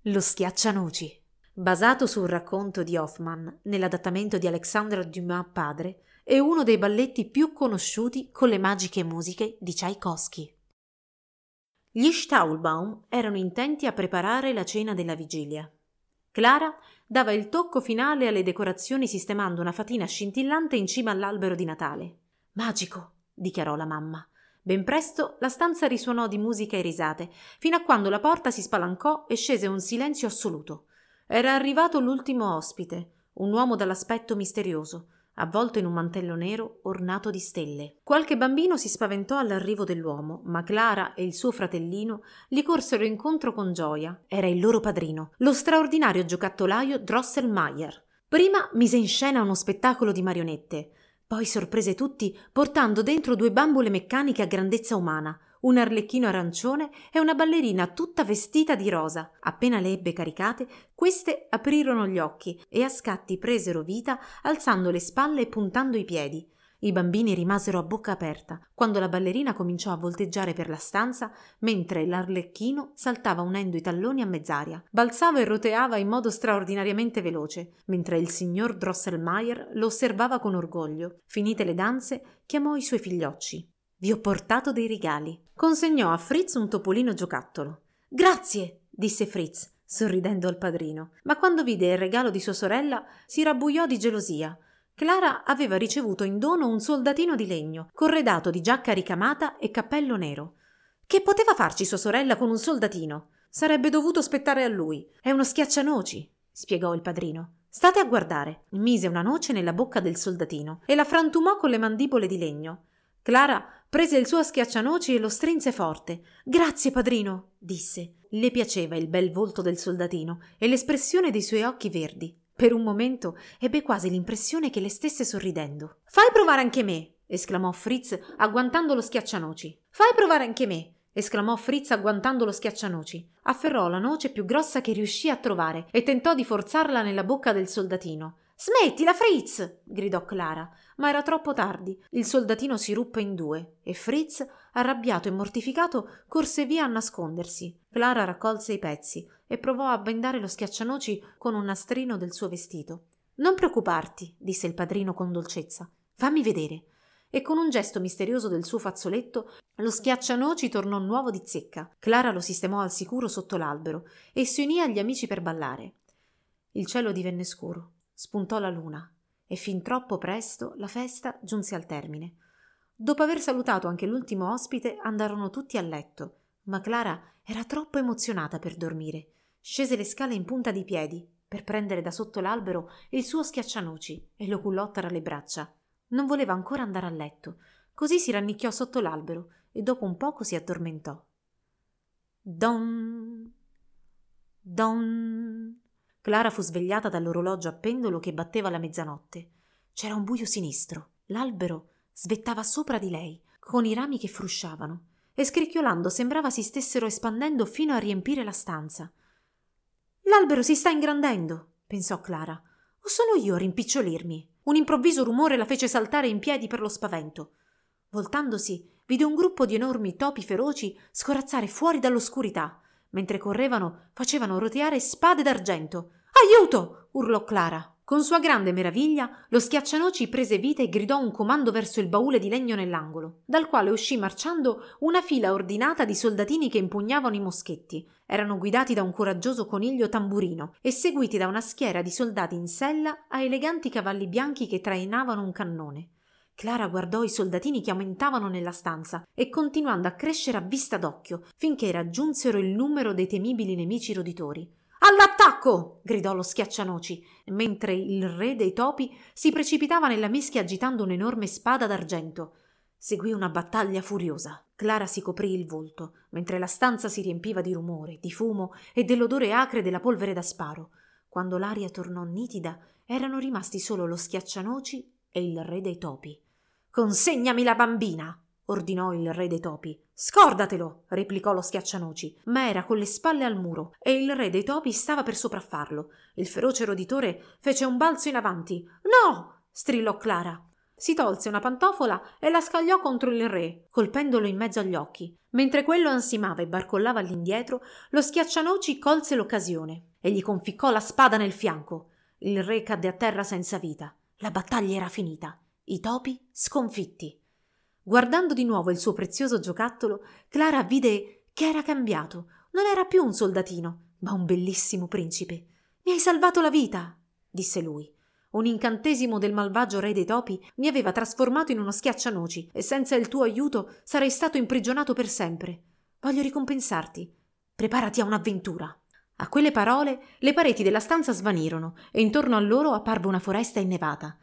Lo schiaccianoci. Basato sul racconto di Hoffmann nell'adattamento di Alexandre Dumas padre, è uno dei balletti più conosciuti con le magiche musiche di Tchaikovsky. Gli Stahlbaum erano intenti a preparare la cena della vigilia. Clara dava il tocco finale alle decorazioni sistemando una fatina scintillante in cima all'albero di Natale. «Magico!» dichiarò la mamma. Ben presto la stanza risuonò di musica e risate, fino a quando la porta si spalancò e scese un silenzio assoluto. Era arrivato l'ultimo ospite, un uomo dall'aspetto misterioso, avvolto in un mantello nero ornato di stelle. Qualche bambino si spaventò all'arrivo dell'uomo, ma Clara e il suo fratellino gli corsero incontro con gioia. Era il loro padrino, lo straordinario giocattolaio Drosselmayer. Prima mise in scena uno spettacolo di marionette, poi sorprese tutti portando dentro 2 bambole meccaniche a grandezza umana, un arlecchino arancione e una ballerina tutta vestita di rosa. Appena le ebbe caricate, queste aprirono gli occhi e a scatti presero vita alzando le spalle e puntando i piedi. I bambini rimasero a bocca aperta quando la ballerina cominciò a volteggiare per la stanza mentre l'arlecchino saltava unendo i talloni a mezz'aria, balzava e roteava in modo straordinariamente veloce, mentre il signor Drosselmayer lo osservava con orgoglio. Finite le danze, chiamò i suoi figliocci. «Vi ho portato dei regali». Consegnò a Fritz un topolino giocattolo. «Grazie», disse Fritz, sorridendo al padrino, ma quando vide il regalo di sua sorella si rabbuiò di gelosia. Clara aveva ricevuto in dono un soldatino di legno, corredato di giacca ricamata e cappello nero. Che poteva farci sua sorella con un soldatino? Sarebbe dovuto spettare a lui. È uno schiaccianoci, spiegò il padrino. State a guardare. Mise una noce nella bocca del soldatino e la frantumò con le mandibole di legno. Clara prese il suo schiaccianoci e lo strinse forte. «Grazie, padrino», disse. Le piaceva il bel volto del soldatino e l'espressione dei suoi occhi verdi. Per un momento ebbe quasi l'impressione che le stesse sorridendo. «Fai provare anche me!» esclamò Fritz agguantando lo schiaccianoci. «Fai provare anche me!» esclamò Fritz agguantando lo schiaccianoci. Afferrò la noce più grossa che riuscì a trovare e tentò di forzarla nella bocca del soldatino. «Smettila, Fritz!» gridò Clara, ma era troppo tardi. Il soldatino si ruppe in 2 e Fritz, arrabbiato e mortificato, corse via a nascondersi. Clara raccolse i pezzi e provò a bendare lo schiaccianoci con un nastrino del suo vestito. «Non preoccuparti», disse il padrino con dolcezza. «Fammi vedere». E con un gesto misterioso del suo fazzoletto lo schiaccianoci tornò nuovo di zecca. Clara lo sistemò al sicuro sotto l'albero e si unì agli amici per ballare. Il cielo divenne scuro. Spuntò la luna e fin troppo presto la festa giunse al termine. Dopo aver salutato anche l'ultimo ospite andarono tutti a letto, ma Clara era troppo emozionata per dormire. Scese le scale in punta di piedi per prendere da sotto l'albero il suo schiaccianoci e lo cullò tra le braccia. Non voleva ancora andare a letto, così si rannicchiò sotto l'albero e dopo un poco si addormentò. Don, don. Clara fu svegliata dall'orologio a pendolo che batteva la mezzanotte. C'era un buio sinistro. L'albero svettava sopra di lei, con i rami che frusciavano, e scricchiolando sembrava si stessero espandendo fino a riempire la stanza. «L'albero si sta ingrandendo», pensò Clara. «O sono io a rimpicciolirmi?» Un improvviso rumore la fece saltare in piedi per lo spavento. Voltandosi, vide un gruppo di enormi topi feroci scorazzare fuori dall'oscurità. Mentre correvano, facevano roteare spade d'argento. «Aiuto!» urlò Clara. Con sua grande meraviglia, lo schiaccianoci prese vita e gridò un comando verso il baule di legno nell'angolo, dal quale uscì marciando una fila ordinata di soldatini che impugnavano i moschetti. Erano guidati da un coraggioso coniglio tamburino e seguiti da una schiera di soldati in sella a eleganti cavalli bianchi che trainavano un cannone. Clara guardò i soldatini che aumentavano nella stanza e continuando a crescere a vista d'occhio, finché raggiunsero il numero dei temibili nemici roditori. «All'attacco!» gridò lo schiaccianoci, mentre il re dei topi si precipitava nella mischia agitando un'enorme spada d'argento. Seguì una battaglia furiosa. Clara si coprì il volto, mentre la stanza si riempiva di rumore, di fumo e dell'odore acre della polvere da sparo. Quando l'aria tornò nitida, erano rimasti solo lo schiaccianoci e il re dei topi. «Consegnami la bambina!» ordinò il re dei topi. «Scordatelo!» replicò lo schiaccianoci, ma era con le spalle al muro e il re dei topi stava per sopraffarlo. Il feroce roditore fece un balzo in avanti. «No!» strillò Clara. Si tolse una pantofola e la scagliò contro il re, colpendolo in mezzo agli occhi. Mentre quello ansimava e barcollava all'indietro, lo Schiaccianoci colse l'occasione e gli conficcò la spada nel fianco. Il re cadde a terra senza vita. La battaglia era finita. I topi sconfitti. Guardando di nuovo il suo prezioso giocattolo, Clara vide che era cambiato. Non era più un soldatino, ma un bellissimo principe. «Mi hai salvato la vita», disse lui. «Un incantesimo del malvagio re dei topi mi aveva trasformato in uno schiaccianoci e senza il tuo aiuto sarei stato imprigionato per sempre. Voglio ricompensarti. Preparati a un'avventura». A quelle parole le pareti della stanza svanirono e intorno a loro apparve una foresta innevata.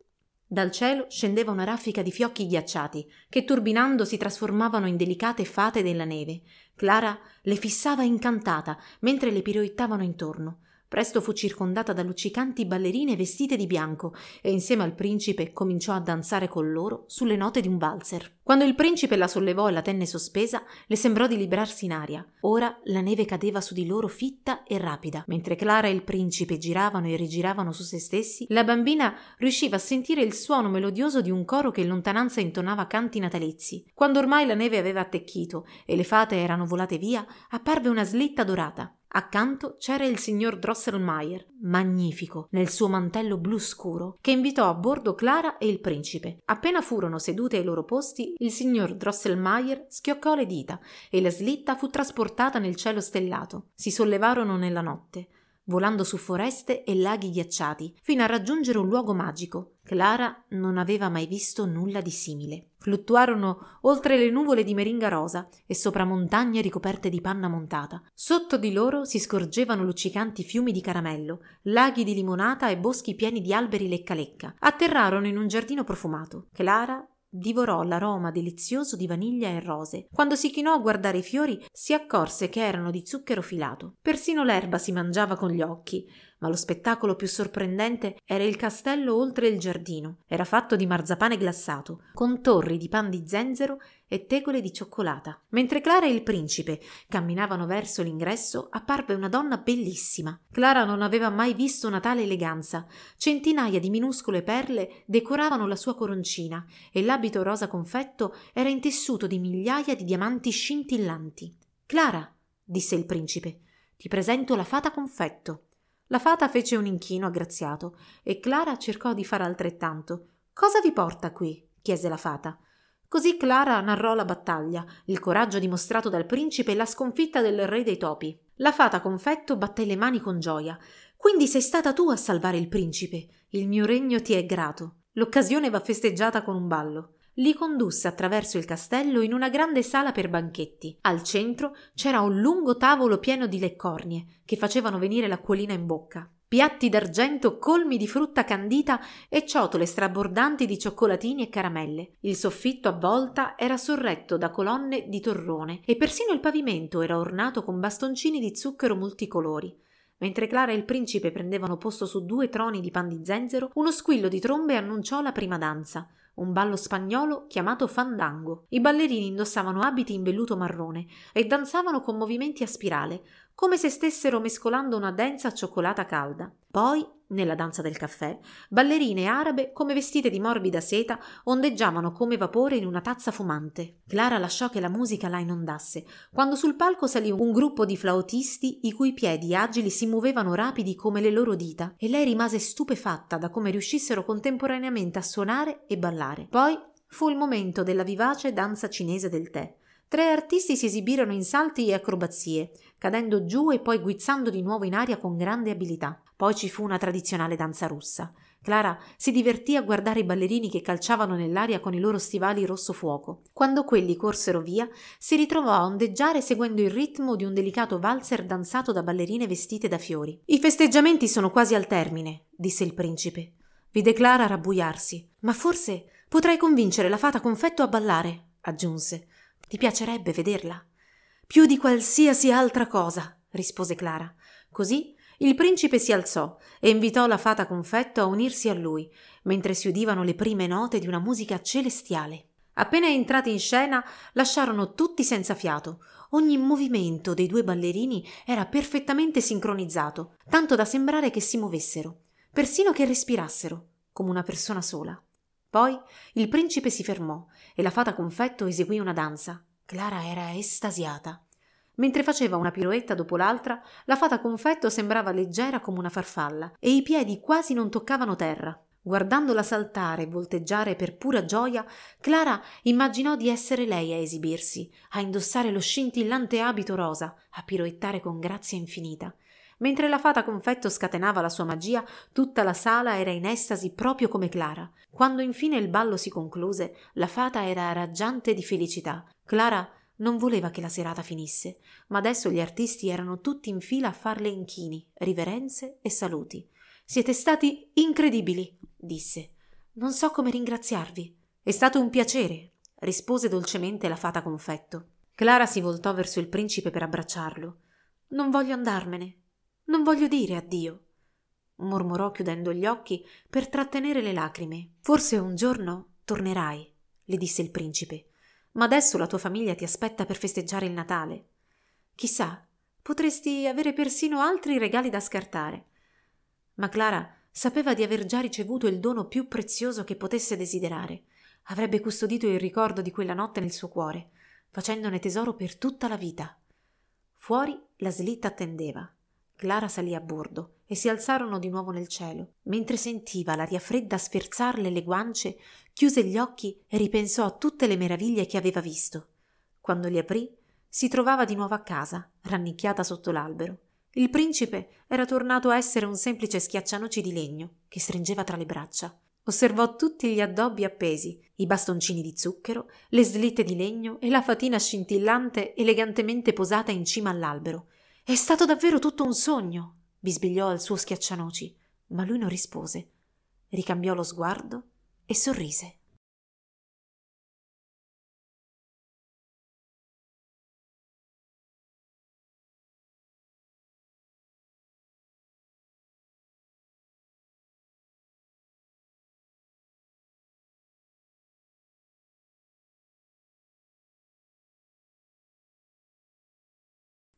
Dal cielo scendeva una raffica di fiocchi ghiacciati che turbinando si trasformavano in delicate fate della neve. Clara le fissava incantata mentre le piroittavano intorno. Presto fu circondata da luccicanti ballerine vestite di bianco e insieme al principe cominciò a danzare con loro sulle note di un valzer. Quando il principe la sollevò e la tenne sospesa, le sembrò di librarsi in aria. Ora la neve cadeva su di loro fitta e rapida. Mentre Clara e il principe giravano e rigiravano su se stessi, la bambina riusciva a sentire il suono melodioso di un coro che in lontananza intonava canti natalizi. Quando ormai la neve aveva attecchito e le fate erano volate via, apparve una slitta dorata. Accanto c'era il signor Drosselmayer, magnifico, nel suo mantello blu scuro, che invitò a bordo Clara e il principe. Appena furono sedute ai loro posti, il signor Drosselmayer schioccò le dita e la slitta fu trasportata nel cielo stellato. Si sollevarono nella notte, volando su foreste e laghi ghiacciati, fino a raggiungere un luogo magico. Clara non aveva mai visto nulla di simile. Fluttuarono oltre le nuvole di meringa rosa e sopra montagne ricoperte di panna montata. Sotto di loro si scorgevano luccicanti fiumi di caramello, laghi di limonata e boschi pieni di alberi lecca-lecca. Atterrarono in un giardino profumato. Clara divorò l'aroma delizioso di vaniglia e rose. Quando si chinò a guardare i fiori, si accorse che erano di zucchero filato. Persino l'erba si mangiava con gli occhi, ma lo spettacolo più sorprendente era il castello oltre il giardino. Era fatto di marzapane glassato, con torri di pan di zenzero e tegole di cioccolata. Mentre Clara e il principe camminavano verso l'ingresso, apparve una donna bellissima. Clara non aveva mai visto una tale eleganza. Centinaia di minuscole perle decoravano la sua coroncina e l'abito rosa confetto era intessuto di migliaia di diamanti scintillanti. «Clara», disse il principe, «ti presento la fata confetto». La fata fece un inchino aggraziato e Clara cercò di fare altrettanto. «Cosa vi porta qui?» chiese la fata. Così Clara narrò la battaglia, il coraggio dimostrato dal principe e la sconfitta del re dei topi. La fata confetto batté le mani con gioia. «Quindi sei stata tu a salvare il principe. Il mio regno ti è grato. L'occasione va festeggiata con un ballo». Li condusse attraverso il castello in una grande sala per banchetti. Al centro c'era un lungo tavolo pieno di leccornie che facevano venire l'acquolina in bocca, piatti d'argento colmi di frutta candita e ciotole strabordanti di cioccolatini e caramelle. Il soffitto a volta era sorretto da colonne di torrone e persino il pavimento era ornato con bastoncini di zucchero multicolori. Mentre Clara e il principe prendevano posto su 2 troni di pan di zenzero, uno squillo di trombe annunciò la prima danza, un ballo spagnolo chiamato fandango. I ballerini indossavano abiti in velluto marrone e danzavano con movimenti a spirale, come se stessero mescolando una densa cioccolata calda. Poi, nella danza del caffè, ballerine arabe, come vestite di morbida seta, ondeggiavano come vapore in una tazza fumante. Clara lasciò che la musica la inondasse, quando sul palco salì un gruppo di flautisti i cui piedi agili si muovevano rapidi come le loro dita, e lei rimase stupefatta da come riuscissero contemporaneamente a suonare e ballare. Poi fu il momento della vivace danza cinese del tè. 3 artisti si esibirono in salti e acrobazie, cadendo giù e poi guizzando di nuovo in aria con grande abilità. Poi ci fu una tradizionale danza russa. Clara si divertì a guardare i ballerini che calciavano nell'aria con i loro stivali rosso fuoco. Quando quelli corsero via, si ritrovò a ondeggiare seguendo il ritmo di un delicato valzer danzato da ballerine vestite da fiori. «I festeggiamenti sono quasi al termine», disse il principe. Vide Clara rabbuiarsi. «Ma forse potrai convincere la fata confetto a ballare», aggiunse. «Ti piacerebbe vederla?» «Più di qualsiasi altra cosa», rispose Clara. Così il principe si alzò e invitò la fata confetto a unirsi a lui, mentre si udivano le prime note di una musica celestiale. Appena entrati in scena, lasciarono tutti senza fiato. Ogni movimento dei 2 ballerini era perfettamente sincronizzato, tanto da sembrare che si muovessero, persino che respirassero, come una persona sola. Poi il principe si fermò e la fata confetto eseguì una danza. Clara era estasiata. Mentre faceva una piroetta dopo l'altra, la fata confetto sembrava leggera come una farfalla e i piedi quasi non toccavano terra. Guardandola saltare e volteggiare per pura gioia, Clara immaginò di essere lei a esibirsi, a indossare lo scintillante abito rosa, a piroettare con grazia infinita. Mentre la fata confetto scatenava la sua magia, tutta la sala era in estasi proprio come Clara. Quando infine il ballo si concluse, la fata era raggiante di felicità. Clara non voleva che la serata finisse, ma adesso gli artisti erano tutti in fila a farle inchini, riverenze e saluti. «Siete stati incredibili», disse. «Non so come ringraziarvi». «È stato un piacere», rispose dolcemente la fata confetto. Clara si voltò verso il principe per abbracciarlo. «Non voglio andarmene. Non voglio dire addio», mormorò chiudendo gli occhi per trattenere le lacrime. «Forse un giorno tornerai», le disse il principe, «ma adesso la tua famiglia ti aspetta per festeggiare il Natale. Chissà, potresti avere persino altri regali da scartare». Ma Clara sapeva di aver già ricevuto il dono più prezioso che potesse desiderare. Avrebbe custodito il ricordo di quella notte nel suo cuore, facendone tesoro per tutta la vita. Fuori la slitta attendeva. Clara salì a bordo e si alzarono di nuovo nel cielo. Mentre sentiva l'aria fredda sferzarle le guance, chiuse gli occhi e ripensò a tutte le meraviglie che aveva visto. Quando li aprì, si trovava di nuovo a casa, rannicchiata sotto l'albero. Il principe era tornato a essere un semplice schiaccianoci di legno che stringeva tra le braccia. Osservò tutti gli addobbi appesi, i bastoncini di zucchero, le slitte di legno e la fatina scintillante elegantemente posata in cima all'albero. «È stato davvero tutto un sogno», bisbigliò al suo schiaccianoci, ma lui non rispose. Ricambiò lo sguardo e sorrise.